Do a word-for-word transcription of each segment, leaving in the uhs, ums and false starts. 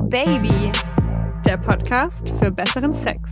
Baby, der Podcast für besseren Sex.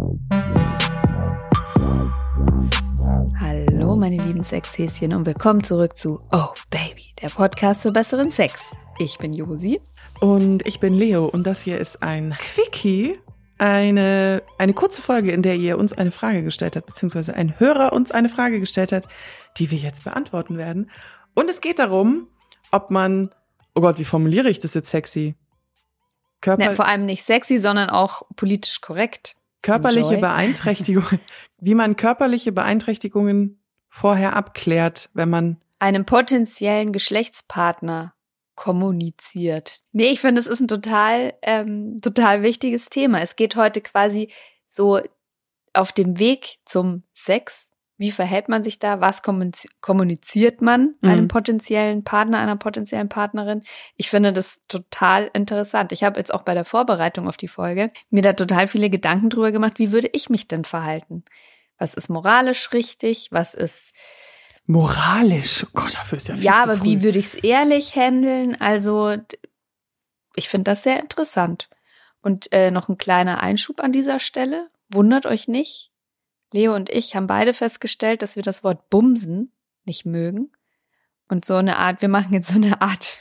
Hallo meine lieben Sexhäschen und willkommen zurück zu Oh Baby, der Podcast für besseren Sex. Ich bin Josi. Und ich bin Leo und das hier ist ein Quickie, eine, eine kurze Folge, in der ihr uns eine Frage gestellt habt, beziehungsweise ein Hörer uns eine Frage gestellt hat, die wir jetzt beantworten werden. Und es geht darum, ob man, oh Gott, wie formuliere ich das jetzt sexy? Körper- Ne, vor allem nicht sexy, sondern auch politisch korrekt. Körperliche Enjoy. Beeinträchtigungen, wie man körperliche Beeinträchtigungen vorher abklärt, wenn man Einem potenziellen Geschlechtspartner kommuniziert. Nee, ich finde, es ist ein total, ähm, total wichtiges Thema. Es geht heute quasi so auf dem Weg zum Sex. Wie verhält man sich da? Was kommuniziert man einem Mhm. potenziellen Partner, einer potenziellen Partnerin? Ich finde das total interessant. Ich habe jetzt auch bei der Vorbereitung auf die Folge mir da total viele Gedanken drüber gemacht, wie würde ich mich denn verhalten? Was ist moralisch richtig? Was ist moralisch, oh Gott, dafür ist ja viel Ja, zu aber früh. wie würde ich es ehrlich handeln? Also d- ich finde das sehr interessant. Und äh, noch ein kleiner Einschub an dieser Stelle. Wundert euch nicht. Leo und ich haben beide festgestellt, dass wir das Wort Bumsen nicht mögen. Und so eine Art, wir machen jetzt so eine Art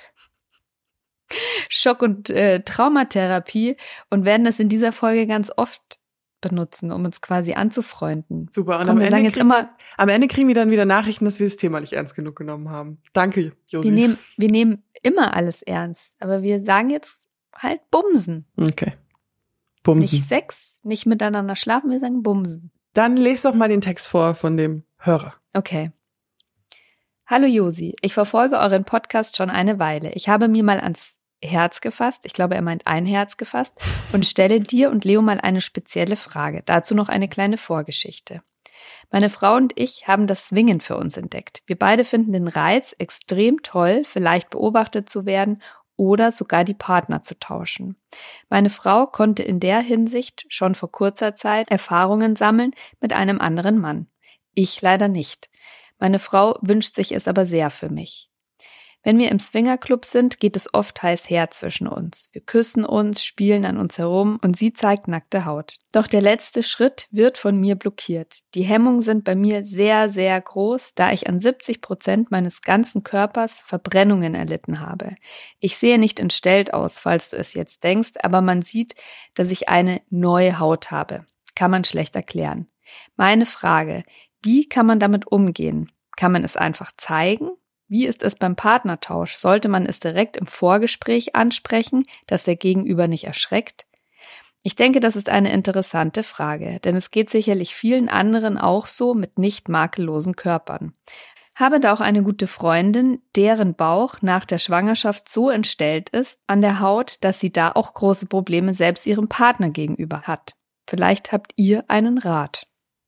Schock- und äh, Traumatherapie und werden das in dieser Folge ganz oft benutzen, um uns quasi anzufreunden. Super, und Komm, am wir Ende, sagen jetzt kriegen, immer, am Ende kriegen wir dann wieder Nachrichten, dass wir das Thema nicht ernst genug genommen haben. Danke, Josi. wir nehmen, wir nehmen immer alles ernst, aber wir sagen jetzt halt Bumsen. Okay. Bumsen. Nicht Sex, nicht miteinander schlafen, wir sagen Bumsen. Dann lest doch mal den Text vor von dem Hörer. Okay. Hallo Josi, ich verfolge euren Podcast schon eine Weile. Ich habe mir mal ans Herz gefasst, ich glaube, er meint ein Herz gefasst, und stelle dir und Leo mal eine spezielle Frage. Dazu noch eine kleine Vorgeschichte. Meine Frau und ich haben das Swingen für uns entdeckt. Wir beide finden den Reiz extrem toll, vielleicht beobachtet zu werden oder sogar die Partner zu tauschen. Meine Frau konnte in der Hinsicht schon vor kurzer Zeit Erfahrungen sammeln mit einem anderen Mann. Ich leider nicht. Meine Frau wünscht sich es aber sehr für mich. Wenn wir im Swingerclub sind, geht es oft heiß her zwischen uns. Wir küssen uns, spielen an uns herum und sie zeigt nackte Haut. Doch der letzte Schritt wird von mir blockiert. Die Hemmungen sind bei mir sehr, sehr groß, da ich an siebzig Prozent meines ganzen Körpers Verbrennungen erlitten habe. Ich sehe nicht entstellt aus, falls du es jetzt denkst, aber man sieht, dass ich eine neue Haut habe. Kann man schlecht erklären. Meine Frage, wie kann man damit umgehen? Kann man es einfach zeigen? Wie ist es beim Partnertausch? Sollte man es direkt im Vorgespräch ansprechen, dass der Gegenüber nicht erschreckt? Ich denke, das ist eine interessante Frage, denn es geht sicherlich vielen anderen auch so mit nicht makellosen Körpern. Habe da auch eine gute Freundin, deren Bauch nach der Schwangerschaft so entstellt ist an der Haut, dass sie da auch große Probleme selbst ihrem Partner gegenüber hat. Vielleicht habt ihr einen Rat.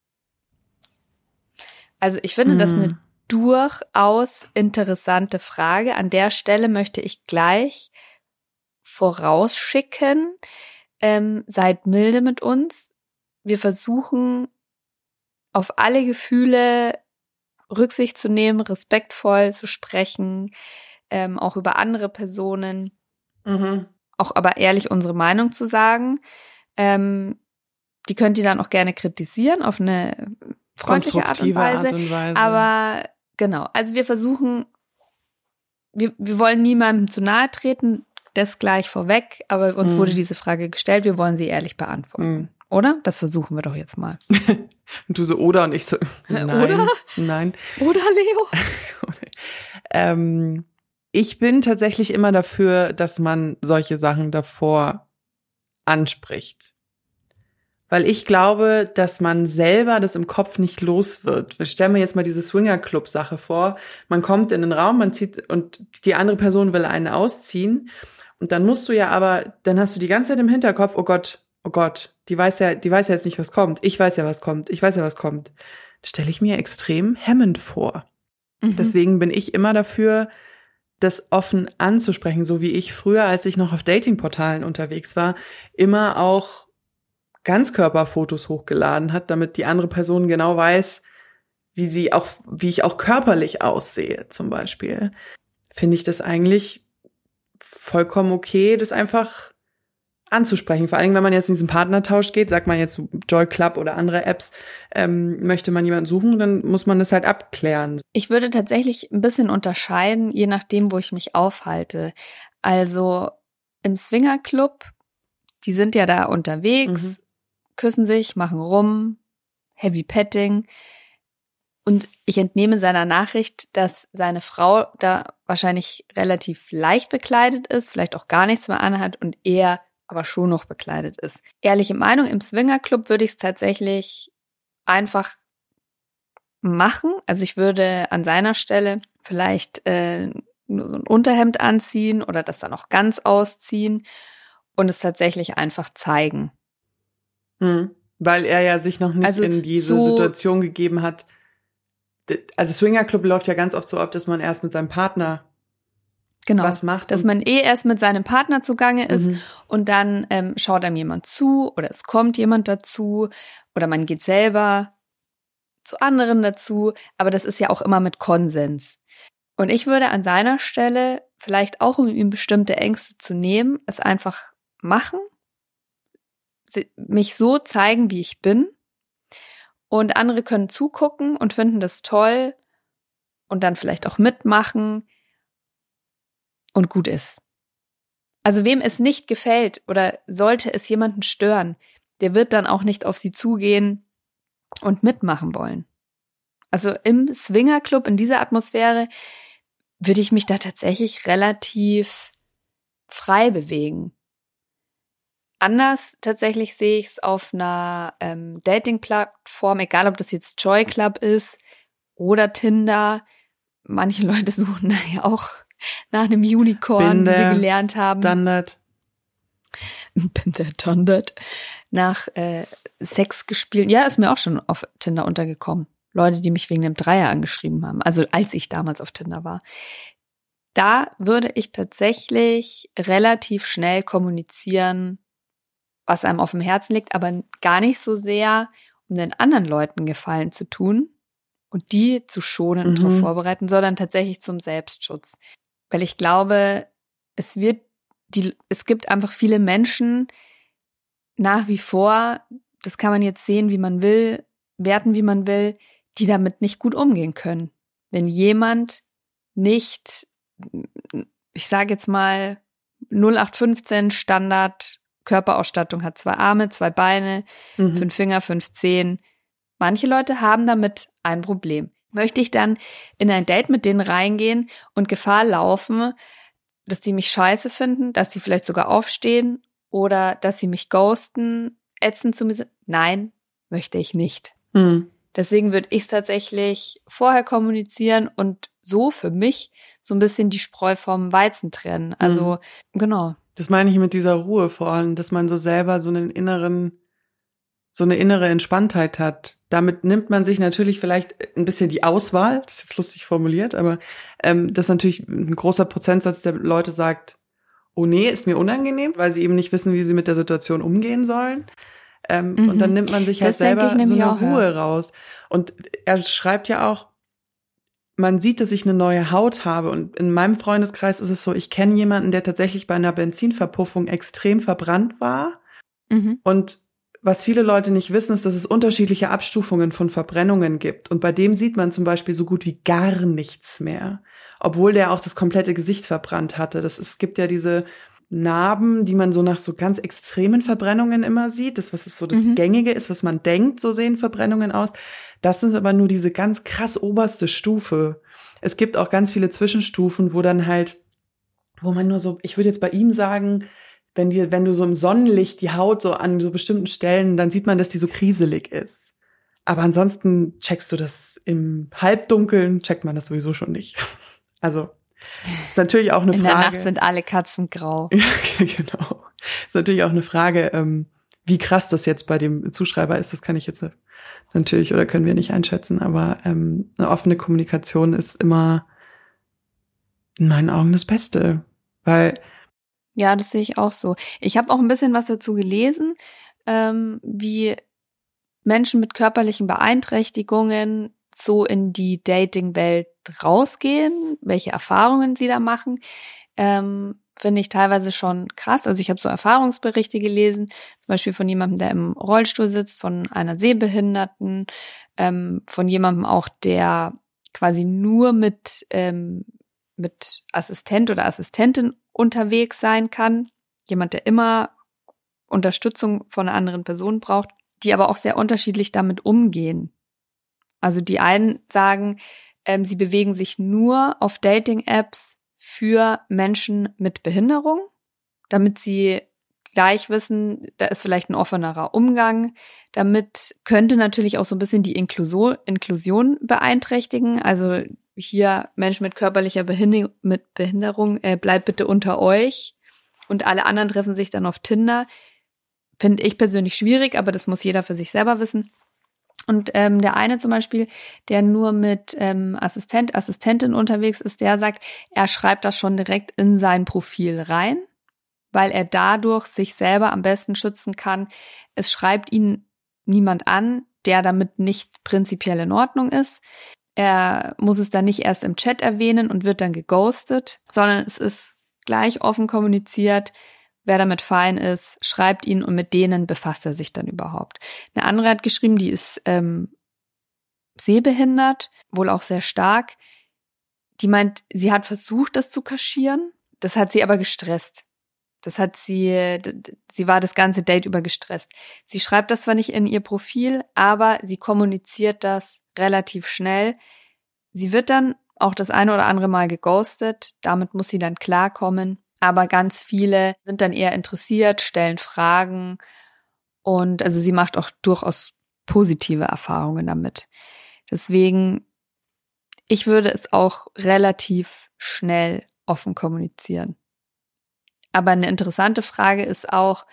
Also ich finde, das eine durchaus interessante Frage. An der Stelle möchte ich gleich vorausschicken, ähm, seid milde mit uns. Wir versuchen, auf alle Gefühle Rücksicht zu nehmen, respektvoll zu sprechen, ähm, auch über andere Personen, Mhm. auch aber ehrlich unsere Meinung zu sagen. Ähm, die könnt ihr dann auch gerne kritisieren auf eine freundliche Art und Konstruktive Weise. Art und Weise. Aber genau, also wir versuchen, wir, wir wollen niemandem zu nahe treten, das gleich vorweg, aber uns Mhm. wurde diese Frage gestellt, wir wollen sie ehrlich beantworten. Mhm. Oder? Das versuchen wir doch jetzt mal. Und du so, oder? Und ich so, nein. Oder? Nein. Oder, Leo? ähm, ich bin tatsächlich immer dafür, dass man solche Sachen davor anspricht. Weil ich glaube, dass man selber das im Kopf nicht los wird. Ich stelle mir jetzt mal diese Swinger-Club-Sache vor. Man kommt in den Raum, man zieht und die andere Person will einen ausziehen. Und dann musst du ja aber, dann hast du die ganze Zeit im Hinterkopf, oh Gott, oh Gott, die weiß ja, die weiß ja jetzt nicht, was kommt. Ich weiß ja, was kommt. Ich weiß ja, was kommt. Das stelle ich mir extrem hemmend vor. Mhm. Deswegen bin ich immer dafür, das offen anzusprechen, so wie ich früher, als ich noch auf Datingportalen unterwegs war, immer auch Ganzkörperfotos hochgeladen hat, damit die andere Person genau weiß, wie sie auch, wie ich auch körperlich aussehe, zum Beispiel. Finde ich das eigentlich vollkommen okay, das einfach anzusprechen. Vor allem, wenn man jetzt in diesen Partnertausch geht, sagt man jetzt Joy Club oder andere Apps, ähm, möchte man jemanden suchen, dann muss man das halt abklären. Ich würde tatsächlich ein bisschen unterscheiden, je nachdem, wo ich mich aufhalte. Also im Swingerclub, die sind ja da unterwegs, mhm. küssen sich, machen rum, Heavy Petting. Und ich entnehme seiner Nachricht, dass seine Frau da wahrscheinlich relativ leicht bekleidet ist, vielleicht auch gar nichts mehr anhat und er aber schon noch bekleidet ist. Ehrliche Meinung, im Swingerclub würde ich es tatsächlich einfach machen. Also ich würde an seiner Stelle vielleicht äh, nur so ein Unterhemd anziehen oder das dann auch ganz ausziehen und es tatsächlich einfach zeigen. Hm. Weil er ja sich noch nicht also in diese so Situation gegeben hat. Also Swingerclub läuft ja ganz oft so ab, dass man erst mit seinem Partner Genau, was macht. Dass man eh erst mit seinem Partner zugange ist mhm. und dann ähm, schaut einem jemand zu oder es kommt jemand dazu oder man geht selber zu anderen dazu, aber das ist ja auch immer mit Konsens. Und ich würde an seiner Stelle vielleicht auch, um ihm bestimmte Ängste zu nehmen, es einfach machen, mich so zeigen, wie ich bin und andere können zugucken und finden das toll und dann vielleicht auch mitmachen. Und gut ist. Also wem es nicht gefällt oder sollte es jemanden stören, der wird dann auch nicht auf sie zugehen und mitmachen wollen. Also im Swingerclub, in dieser Atmosphäre, würde ich mich da tatsächlich relativ frei bewegen. Anders tatsächlich sehe ich es auf einer ähm, Dating-Plattform, egal ob das jetzt Joy Club ist oder Tinder. Manche Leute suchen da ja auch nach einem Unicorn, wie wir gelernt haben. Done that. Bin there, done that. Nach äh, Sex gespielt. Ja, ist mir auch schon auf Tinder untergekommen. Leute, die mich wegen dem Dreier angeschrieben haben. Also als ich damals auf Tinder war. Da würde ich tatsächlich relativ schnell kommunizieren, was einem auf dem Herzen liegt, aber gar nicht so sehr, um den anderen Leuten Gefallen zu tun und die zu schonen und mhm. darauf vorbereiten, sondern tatsächlich zum Selbstschutz. Weil ich glaube, es wird die, es gibt einfach viele Menschen nach wie vor, das kann man jetzt sehen, wie man will, werten, wie man will, die damit nicht gut umgehen können. Wenn jemand nicht, ich sage jetzt mal, null acht fünfzehn Standard Körperausstattung hat, zwei Arme, zwei Beine, mhm. fünf Finger, fünf Zehen. Manche Leute haben damit ein Problem. Möchte ich dann in ein Date mit denen reingehen und Gefahr laufen, dass die mich scheiße finden, dass die vielleicht sogar aufstehen oder dass sie mich ghosten, ätzend zu mir sind? Nein, möchte ich nicht. Mhm. Deswegen würde ich es tatsächlich vorher kommunizieren und so für mich so ein bisschen die Spreu vom Weizen trennen. Also, mhm. genau. Das meine ich mit dieser Ruhe vor allem, dass man so selber so einen inneren, so eine innere Entspanntheit hat. Damit nimmt man sich natürlich vielleicht ein bisschen die Auswahl, das ist jetzt lustig formuliert, aber ähm, das ist natürlich ein großer Prozentsatz der Leute sagt, oh nee, ist mir unangenehm, weil sie eben nicht wissen, wie sie mit der Situation umgehen sollen. Ähm, mhm. Und dann nimmt man sich halt das selber so eine auch, Ruhe ja. raus. Und er schreibt ja auch, man sieht, dass ich eine neue Haut habe. Und in meinem Freundeskreis ist es so, ich kenne jemanden, der tatsächlich bei einer Benzinverpuffung extrem verbrannt war. Mhm. Und was viele Leute nicht wissen, ist, dass es unterschiedliche Abstufungen von Verbrennungen gibt. Und bei dem sieht man zum Beispiel so gut wie gar nichts mehr. Obwohl der auch das komplette Gesicht verbrannt hatte. Das, es gibt ja diese Narben, die man so nach so ganz extremen Verbrennungen immer sieht. Das, was ist so das mhm. Gängige ist, was man denkt, so sehen Verbrennungen aus. Das sind aber nur diese ganz krass oberste Stufe. Es gibt auch ganz viele Zwischenstufen, wo dann halt, wo man nur so, ich würde jetzt bei ihm sagen, wenn dir, wenn du so im Sonnenlicht die Haut so an so bestimmten Stellen, dann sieht man, dass die so kriselig ist. Aber ansonsten checkst du das im Halbdunkeln, checkt man das sowieso schon nicht. Also, das ist natürlich auch eine In Frage. In der Nacht sind alle Katzen grau. Ja, genau. Das ist natürlich auch eine Frage, ähm, wie krass das jetzt bei dem Zuschreiber ist, das kann ich jetzt natürlich oder können wir nicht einschätzen, aber ähm, eine offene Kommunikation ist immer in meinen Augen das Beste, weil ja, das sehe ich auch so. Ich habe auch ein bisschen was dazu gelesen, ähm, wie Menschen mit körperlichen Beeinträchtigungen so in die Dating-Welt rausgehen, welche Erfahrungen sie da machen. ähm, finde ich teilweise schon krass. Also ich habe so Erfahrungsberichte gelesen, zum Beispiel von jemandem, der im Rollstuhl sitzt, von einer Sehbehinderten, ähm, von jemandem auch, der quasi nur mit, ähm, mit Assistent oder Assistentin unterwegs sein kann. Jemand, der immer Unterstützung von einer anderen Person braucht, die aber auch sehr unterschiedlich damit umgehen. Also die einen sagen, ähm, sie bewegen sich nur auf Dating-Apps für Menschen mit Behinderung, damit sie gleich wissen, da ist vielleicht ein offenerer Umgang. Damit könnte natürlich auch so ein bisschen die Inklusion, Inklusion beeinträchtigen. Also hier Menschen mit körperlicher Behinderung, mit Behinderung äh, bleibt bitte unter euch und alle anderen treffen sich dann auf Tinder. Finde ich persönlich schwierig, aber das muss jeder für sich selber wissen. Und ähm, der eine zum Beispiel, der nur mit ähm, Assistent, Assistentin unterwegs ist, der sagt, er schreibt das schon direkt in sein Profil rein, weil er dadurch sich selber am besten schützen kann. Es schreibt ihn niemand an, der damit nicht prinzipiell in Ordnung ist. Er muss es dann nicht erst im Chat erwähnen und wird dann geghostet, sondern es ist gleich offen kommuniziert. Wer damit fein ist, schreibt ihn und mit denen befasst er sich dann überhaupt. Eine andere hat geschrieben, die ist ähm, sehbehindert, wohl auch sehr stark. Die meint, sie hat versucht, das zu kaschieren. Das hat sie aber gestresst. Das hat sie, sie war das ganze Date über gestresst. Sie schreibt das zwar nicht in ihr Profil, aber sie kommuniziert das relativ schnell. Sie wird dann auch das eine oder andere Mal geghostet. Damit muss sie dann klarkommen. Aber ganz viele sind dann eher interessiert, stellen Fragen und also sie macht auch durchaus positive Erfahrungen damit. Deswegen, ich würde es auch relativ schnell offen kommunizieren. Aber eine interessante Frage ist auch,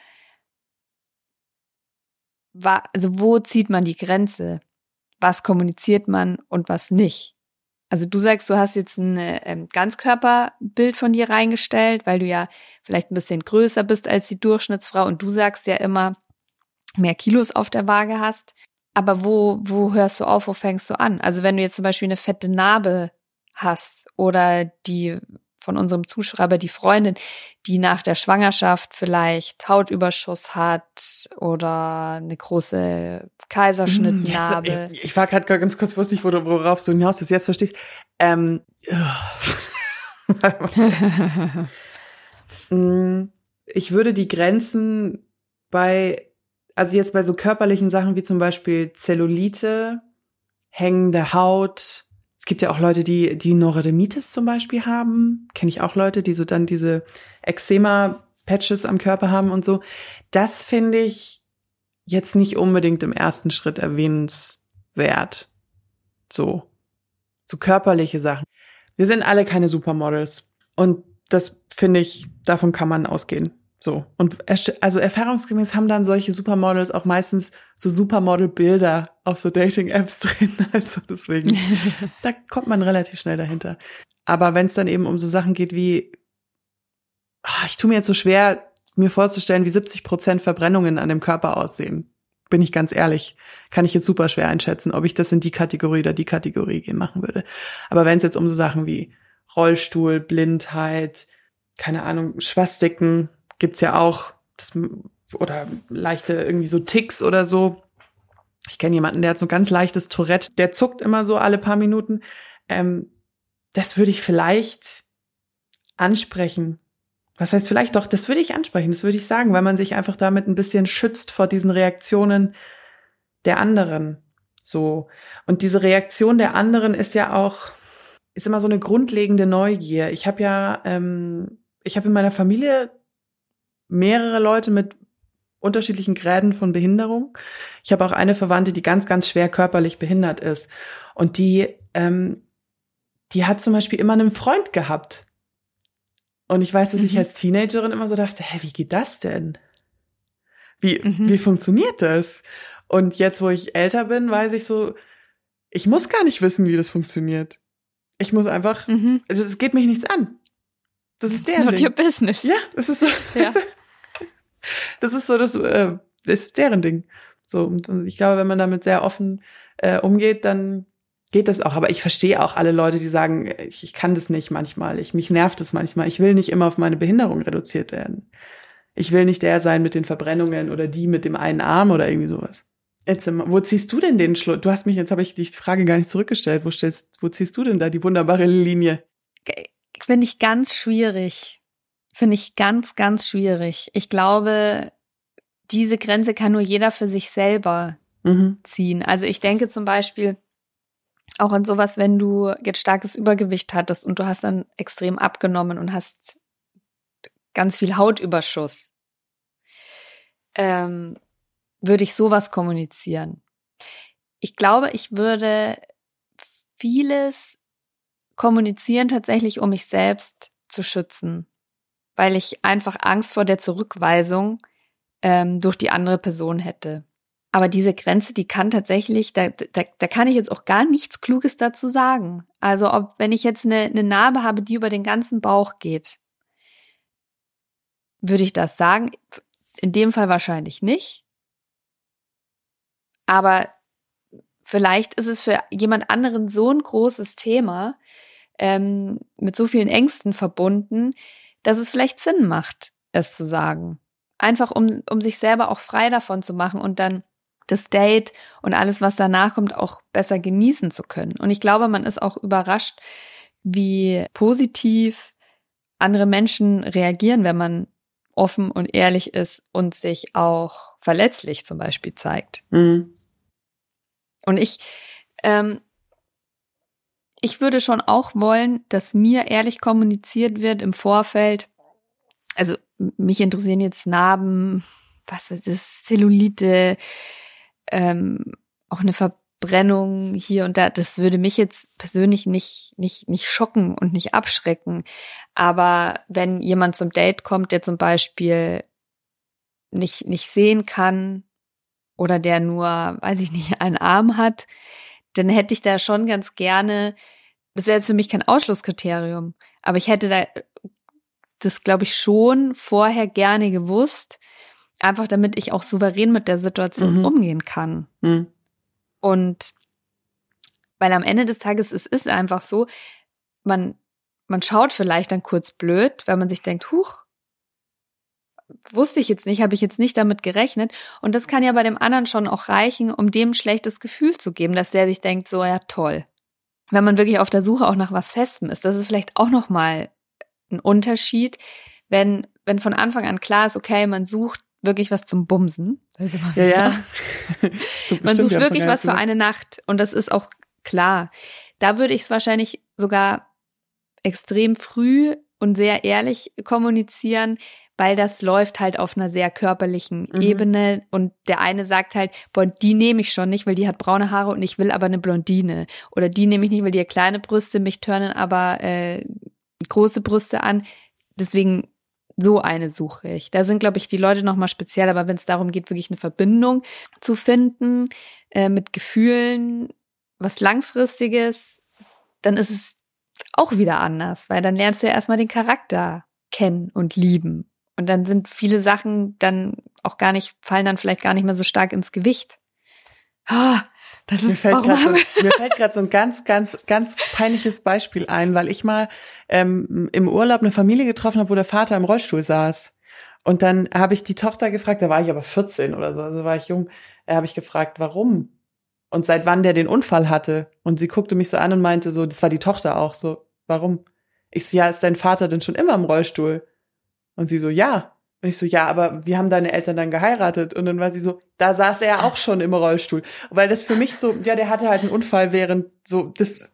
also wo zieht man die Grenze? Was kommuniziert man und was nicht? Also du sagst, du hast jetzt ein ähm, Ganzkörperbild von dir reingestellt, weil du ja vielleicht ein bisschen größer bist als die Durchschnittsfrau und du sagst ja immer, mehr Kilos auf der Waage hast. Aber wo, wo hörst du auf, wo fängst du an? Also wenn du jetzt zum Beispiel eine fette Narbe hast oder die von unserem Zuschreiber, die Freundin, die nach der Schwangerschaft vielleicht Hautüberschuss hat oder eine große Kaiserschnittnarbe. Jetzt, ich, ich war gerade ganz kurz, wusste nicht, worauf du hinaus bist. Jetzt verstehst du. Ähm, ich würde die Grenzen bei, also jetzt bei so körperlichen Sachen wie zum Beispiel Zellulite, hängende Haut. Es gibt ja auch Leute, die die Neurodermitis zum Beispiel haben. Kenne ich auch Leute, die so dann diese Eczema-Patches am Körper haben und so. Das finde ich jetzt nicht unbedingt im ersten Schritt erwähnenswert. So. So körperliche Sachen. Wir sind alle keine Supermodels. Und das finde ich, davon kann man ausgehen. So. Und also erfahrungsgemäß haben dann solche Supermodels auch meistens so Supermodel-Bilder auf so Dating-Apps drin. Also deswegen, da kommt man relativ schnell dahinter. Aber wenn es dann eben um so Sachen geht wie, ach, ich tue mir jetzt so schwer, mir vorzustellen, wie siebzig Prozent Verbrennungen an dem Körper aussehen. Bin ich ganz ehrlich, kann ich jetzt super schwer einschätzen, ob ich das in die Kategorie oder die Kategorie machen würde. Aber wenn es jetzt um so Sachen wie Rollstuhl, Blindheit, keine Ahnung, Schwastiken, gibt's ja auch, das, oder leichte irgendwie so Ticks oder so. Ich kenne jemanden, der hat so ein ganz leichtes Tourette, der zuckt immer so alle paar Minuten. Ähm, das würde ich vielleicht ansprechen. Was heißt vielleicht doch, das würde ich ansprechen, das würde ich sagen, weil man sich einfach damit ein bisschen schützt vor diesen Reaktionen der anderen. So. Und diese Reaktion der anderen ist ja auch, ist immer so eine grundlegende Neugier. Ich habe ja, ähm, ich habe in meiner Familie mehrere Leute mit unterschiedlichen Gräden von Behinderung. Ich habe auch eine Verwandte, die ganz, ganz schwer körperlich behindert ist. Und die, ähm, die hat zum Beispiel immer einen Freund gehabt. Und ich weiß, dass ich als Teenagerin immer so dachte, hä, wie geht das denn? Wie, mhm. wie funktioniert das? Und jetzt, wo ich älter bin, weiß ich so, ich muss gar nicht wissen, wie das funktioniert. Ich muss einfach, mhm. es, es geht mich nichts an. Das ist deren Not Ding. your business. Ja, das ist so, ja. das ist so, das äh, ist deren Ding. So, und, und ich glaube, wenn man damit sehr offen äh, umgeht, dann geht das auch. Aber ich verstehe auch alle Leute, die sagen, ich, ich kann das nicht manchmal. Ich, mich nervt es manchmal. Ich will nicht immer auf meine Behinderung reduziert werden. Ich will nicht der sein mit den Verbrennungen oder die mit dem einen Arm oder irgendwie sowas. Jetzt, wo ziehst du denn den Schluss? Du hast mich, jetzt habe ich die Frage gar nicht zurückgestellt. Wo stellst, wo ziehst du denn da die wunderbare Linie? Finde ich ganz schwierig. Finde ich ganz, ganz schwierig. Ich glaube, diese Grenze kann nur jeder für sich selber mhm. ziehen. Also ich denke zum Beispiel auch an sowas, wenn du jetzt starkes Übergewicht hattest und du hast dann extrem abgenommen und hast ganz viel Hautüberschuss. Ähm, würde ich sowas kommunizieren. Ich glaube, ich würde vieles kommunizieren tatsächlich, um mich selbst zu schützen, weil ich einfach Angst vor der Zurückweisung ähm, durch die andere Person hätte. Aber diese Grenze, die kann tatsächlich, da, da, da kann ich jetzt auch gar nichts Kluges dazu sagen. Also ob, wenn ich jetzt eine, eine Narbe habe, die über den ganzen Bauch geht, würde ich das sagen? In dem Fall wahrscheinlich nicht. Aber vielleicht ist es für jemand anderen so ein großes Thema, ähm, mit so vielen Ängsten verbunden, dass es vielleicht Sinn macht, es zu sagen. Einfach um, um sich selber auch frei davon zu machen und dann das Date und alles, was danach kommt, auch besser genießen zu können. Und ich glaube, man ist auch überrascht, wie positiv andere Menschen reagieren, wenn man offen und ehrlich ist und sich auch verletzlich zum Beispiel zeigt. Mhm. Und ich, ähm, ich würde schon auch wollen, dass mir ehrlich kommuniziert wird im Vorfeld. Also mich interessieren jetzt Narben, was ist das, Zellulite, ähm, auch eine Verbrennung hier und da. Das würde mich jetzt persönlich nicht nicht nicht schocken und nicht abschrecken. Aber wenn jemand zum Date kommt, der zum Beispiel nicht nicht sehen kann oder der nur, weiß ich nicht, einen Arm hat, dann hätte ich da schon ganz gerne, das wäre jetzt für mich kein Ausschlusskriterium, aber ich hätte da das, glaube ich, schon vorher gerne gewusst, einfach damit ich auch souverän mit der Situation mhm. umgehen kann. Mhm. Und weil am Ende des Tages, es ist einfach so, man, man schaut vielleicht dann kurz blöd, weil man sich denkt, huch, wusste ich jetzt nicht, habe ich jetzt nicht damit gerechnet. Und das kann ja bei dem anderen schon auch reichen, um dem ein schlechtes Gefühl zu geben, dass der sich denkt, so, ja, toll. Wenn man wirklich auf der Suche auch nach was Festem ist, das ist vielleicht auch nochmal ein Unterschied, wenn, wenn von Anfang an klar ist, okay, man sucht wirklich was zum Bumsen. Das ist ja, ja. so man sucht wirklich was für eine Nacht. Und das ist auch klar. Da würde ich es wahrscheinlich sogar extrem früh und sehr ehrlich kommunizieren, weil das läuft halt auf einer sehr körperlichen mhm. Ebene und der eine sagt halt, boah, die nehme ich schon nicht, weil die hat braune Haare und ich will aber eine Blondine. Oder die nehme ich nicht, weil die hat kleine Brüste, mich turnen aber äh, große Brüste an. Deswegen so eine suche ich. Da sind, glaube ich, die Leute nochmal speziell, aber wenn es darum geht, wirklich eine Verbindung zu finden äh, mit Gefühlen, was Langfristiges, dann ist es auch wieder anders, weil dann lernst du ja erstmal den Charakter kennen und lieben. Und dann sind viele Sachen dann auch gar nicht, fallen dann vielleicht gar nicht mehr so stark ins Gewicht. Oh, das ist, mir fällt gerade so, mir fällt gerade so ein ganz, ganz, ganz peinliches Beispiel ein, weil ich mal ähm, im Urlaub eine Familie getroffen habe, wo der Vater im Rollstuhl saß. Und dann habe ich die Tochter gefragt, da war ich aber vierzehn oder so, also war ich jung, da habe ich gefragt, warum? Und seit wann der den Unfall hatte. Und sie guckte mich so an und meinte so, das war die Tochter auch so, warum? Ich so, ja, ist dein Vater denn schon immer im Rollstuhl? Und sie so, ja. Und ich so, ja, aber wie haben deine Eltern dann geheiratet? Und dann war sie so, da saß er auch schon im Rollstuhl. Weil das für mich so, ja, der hatte halt einen Unfall während so, das,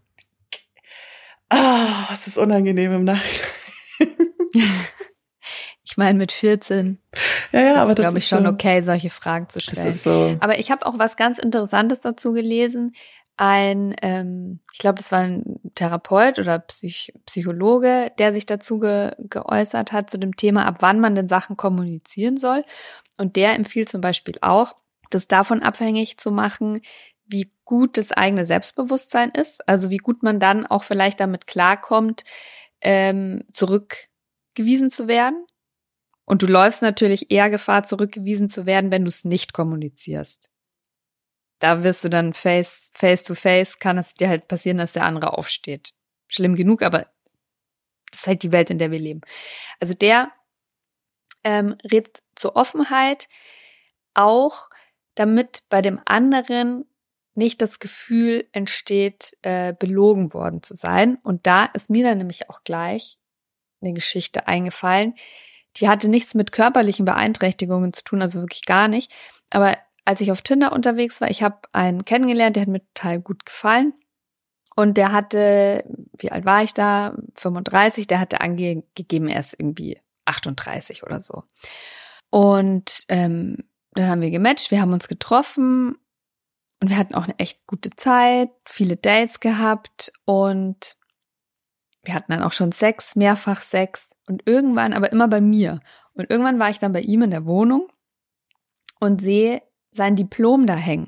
ah, es ist unangenehm im Nachhinein. Ich meine, mit vierzehn ja, ja, aber das glaube ich ist schon so, okay, solche Fragen zu stellen. Das ist so. Aber ich habe auch was ganz Interessantes dazu gelesen. Ein, ähm, ich glaube, das war ein Therapeut oder Psych- Psychologe, der sich dazu ge- geäußert hat zu dem Thema, ab wann man denn Sachen kommunizieren soll. Und der empfiehlt zum Beispiel auch, das davon abhängig zu machen, wie gut das eigene Selbstbewusstsein ist. Also wie gut man dann auch vielleicht damit klarkommt, ähm, zurückgewiesen zu werden. Und du läufst natürlich eher Gefahr, zurückgewiesen zu werden, wenn du es nicht kommunizierst. da wirst du dann face, face to face, kann es dir halt passieren, dass der andere aufsteht. Schlimm genug, aber das ist halt die Welt, in der wir leben. Also der ähm, redet zur Offenheit, auch damit bei dem anderen nicht das Gefühl entsteht, äh, belogen worden zu sein. Und da ist mir dann nämlich auch gleich eine Geschichte eingefallen, die hatte nichts mit körperlichen Beeinträchtigungen zu tun, also wirklich gar nicht. Aber als ich auf Tinder unterwegs war, ich habe einen kennengelernt, der hat mir total gut gefallen. Und der hatte, wie alt war ich da? fünfunddreißig, der hatte angegeben, er ist irgendwie achtunddreißig oder so. Und ähm, dann haben wir gematcht, wir haben uns getroffen und wir hatten auch eine echt gute Zeit, viele Dates gehabt und wir hatten dann auch schon Sex, mehrfach Sex und irgendwann, aber immer bei mir. Und irgendwann war ich dann bei ihm in der Wohnung und sehe sein Diplom da hängen.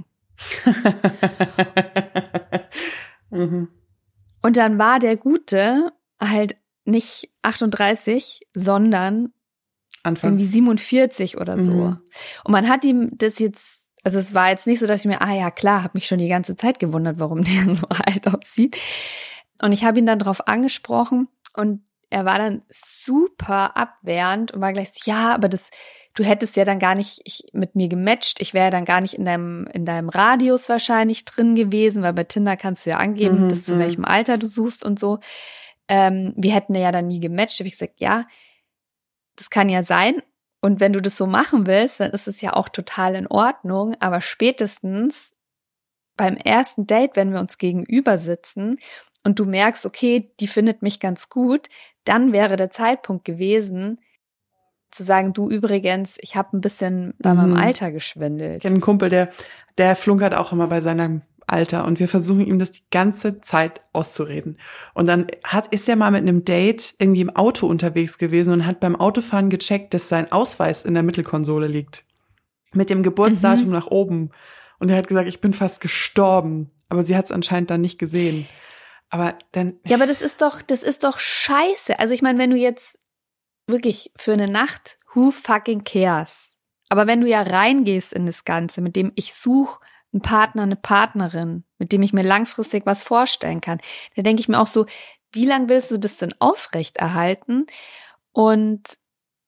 mhm. Und dann war der Gute halt nicht achtunddreißig, sondern Anfang. irgendwie siebenundvierzig oder so. Mhm. Und man hat ihm das jetzt, also es war jetzt nicht so, dass ich mir, ah ja klar, habe mich schon die ganze Zeit gewundert, warum der so alt aussieht. Und ich habe ihn dann drauf angesprochen und er war dann super abwehrend und war gleich so, ja, aber das, du hättest ja dann gar nicht ich, mit mir gematcht, ich wäre ja dann gar nicht in deinem, in deinem Radius wahrscheinlich drin gewesen, weil bei Tinder kannst du ja angeben, Mhm, bis zu mhm. welchem Alter du suchst und so. Ähm, wir hätten ja dann nie gematcht. Da habe ich gesagt, ja, das kann ja sein. Und wenn du das so machen willst, dann ist es ja auch total in Ordnung. Aber spätestens beim ersten Date, wenn wir uns gegenüber sitzen und du merkst, okay, die findet mich ganz gut, dann wäre der Zeitpunkt gewesen, zu sagen, du übrigens, ich habe ein bisschen bei Mhm. meinem Alter geschwindelt. Ich kenne einen Kumpel, der, der flunkert auch immer bei seinem Alter und wir versuchen ihm das die ganze Zeit auszureden. Und dann hat, ist er mal mit einem Date irgendwie im Auto unterwegs gewesen und hat beim Autofahren gecheckt, dass sein Ausweis in der Mittelkonsole liegt. Mit dem Geburtsdatum Mhm. nach oben. Und er hat gesagt, ich bin fast gestorben. Aber sie hat es anscheinend dann nicht gesehen. Aber dann. Ja, aber das ist doch, das ist doch scheiße. Also ich meine, wenn du jetzt wirklich für eine Nacht, who fucking cares? Aber wenn du ja reingehst in das Ganze, mit dem ich suche einen Partner, eine Partnerin, mit dem ich mir langfristig was vorstellen kann, da denke ich mir auch so, wie lange willst du das denn aufrechterhalten? Und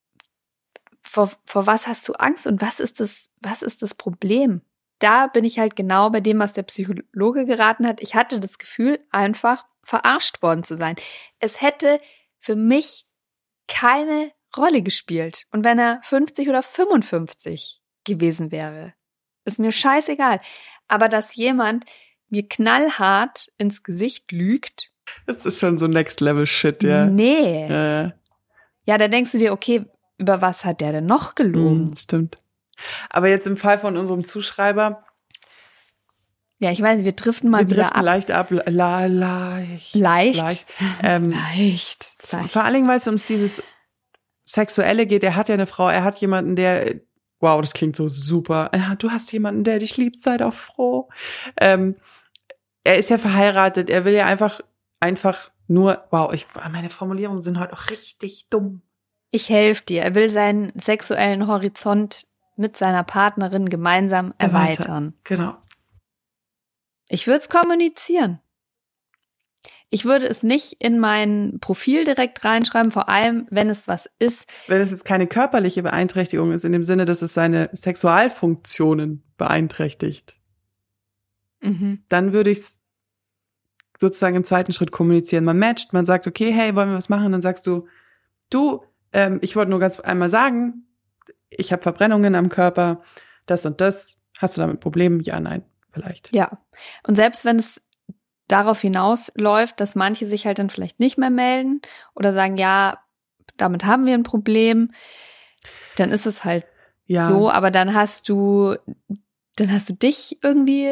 vor, vor was hast du Angst und was ist das, was ist das Problem? Da bin ich halt genau bei dem, was der Psychologe geraten hat. Ich hatte das Gefühl, einfach verarscht worden zu sein. Es hätte für mich keine Rolle gespielt. Und wenn er fünfzig oder fünfundfünfzig gewesen wäre, ist mir scheißegal. Aber dass jemand mir knallhart ins Gesicht lügt. Das ist schon so Next-Level-Shit, ja. Nee. Ja, ja. Ja, da denkst du dir, okay, über was hat der denn noch gelogen? Mhm, stimmt. Aber jetzt im Fall von unserem Zuschreiber. Ja, ich weiß, wir driften mal wir wieder driften ab. leicht ab. La, leicht. Leicht? Leicht. Ähm, Leicht. Leicht. Vor allen Dingen, weil es ums dieses Sexuelle geht. Er hat ja eine Frau, er hat jemanden, der, wow, das klingt so super. Ja, du hast jemanden, der dich liebt, sei doch froh. Ähm, er ist ja verheiratet, er will ja einfach, einfach nur, wow, ich, meine Formulierungen sind heute auch richtig dumm. Ich helfe dir. Er will seinen sexuellen Horizont mit seiner Partnerin gemeinsam erweitern. Erweitern. Genau. Ich würde es kommunizieren. Ich würde es nicht in mein Profil direkt reinschreiben, vor allem, wenn es was ist. Wenn es jetzt keine körperliche Beeinträchtigung ist, in dem Sinne, dass es seine Sexualfunktionen beeinträchtigt, Mhm. dann würde ich es sozusagen im zweiten Schritt kommunizieren. Man matcht, man sagt, okay, hey, wollen wir was machen? Dann sagst du, du, ähm, ich wollte nur ganz einmal sagen, ich habe Verbrennungen am Körper, das und das. Hast du damit Probleme? Ja, nein, vielleicht. Ja, und selbst wenn es darauf hinausläuft, dass manche sich halt dann vielleicht nicht mehr melden oder sagen, ja, damit haben wir ein Problem, dann ist es halt Ja. so, aber dann hast du, dann hast du dich irgendwie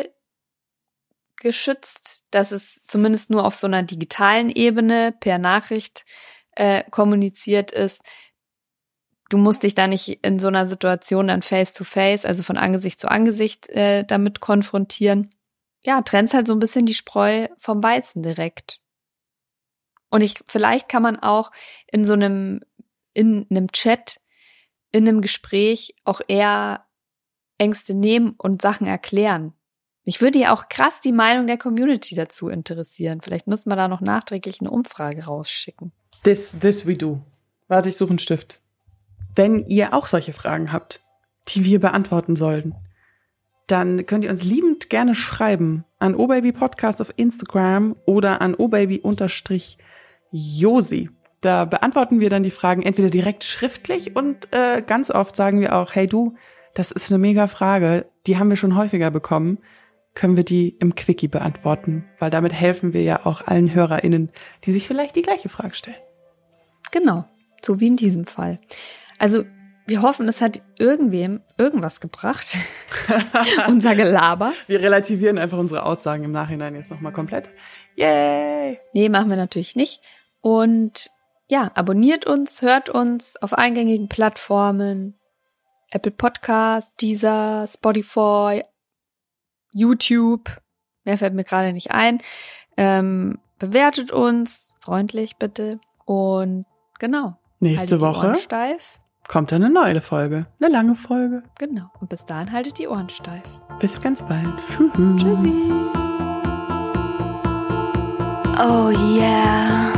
geschützt, dass es zumindest nur auf so einer digitalen Ebene per Nachricht äh, kommuniziert ist. Du musst dich da nicht in so einer Situation dann face to face, also von Angesicht zu Angesicht äh, damit konfrontieren. Ja, trennst halt so ein bisschen die Spreu vom Weizen direkt. Und ich, vielleicht kann man auch in so einem, in einem Chat, in einem Gespräch auch eher Ängste nehmen und Sachen erklären. Mich würde ja auch krass die Meinung der Community dazu interessieren. Vielleicht müssen wir da noch nachträglich eine Umfrage rausschicken. This, this we do. Warte, ich suche einen Stift. Wenn ihr auch solche Fragen habt, die wir beantworten sollten, dann könnt ihr uns liebend gerne schreiben an obabypodcast auf Instagram oder an obaby-josi. Da beantworten wir dann die Fragen entweder direkt schriftlich und äh, ganz oft sagen wir auch, hey du, das ist eine mega Frage, die haben wir schon häufiger bekommen, können wir die im Quickie beantworten, weil damit helfen wir ja auch allen HörerInnen, die sich vielleicht die gleiche Frage stellen. Genau, so wie in diesem Fall. Also wir hoffen, es hat irgendwem irgendwas gebracht, unser Gelaber. Wir relativieren einfach unsere Aussagen im Nachhinein jetzt nochmal komplett. Yay! Nee, machen wir natürlich nicht. Und ja, abonniert uns, hört uns auf eingängigen Plattformen, Apple Podcast, Deezer, Spotify, YouTube, mehr fällt mir gerade nicht ein. Ähm, bewertet uns, freundlich bitte. Und genau. Nächste haltet die Woche Ohren steif. Kommt dann eine neue Folge, eine lange Folge. Genau. Und bis dahin haltet die Ohren steif. Bis ganz bald. Tschüss. Tschüssi. Oh yeah.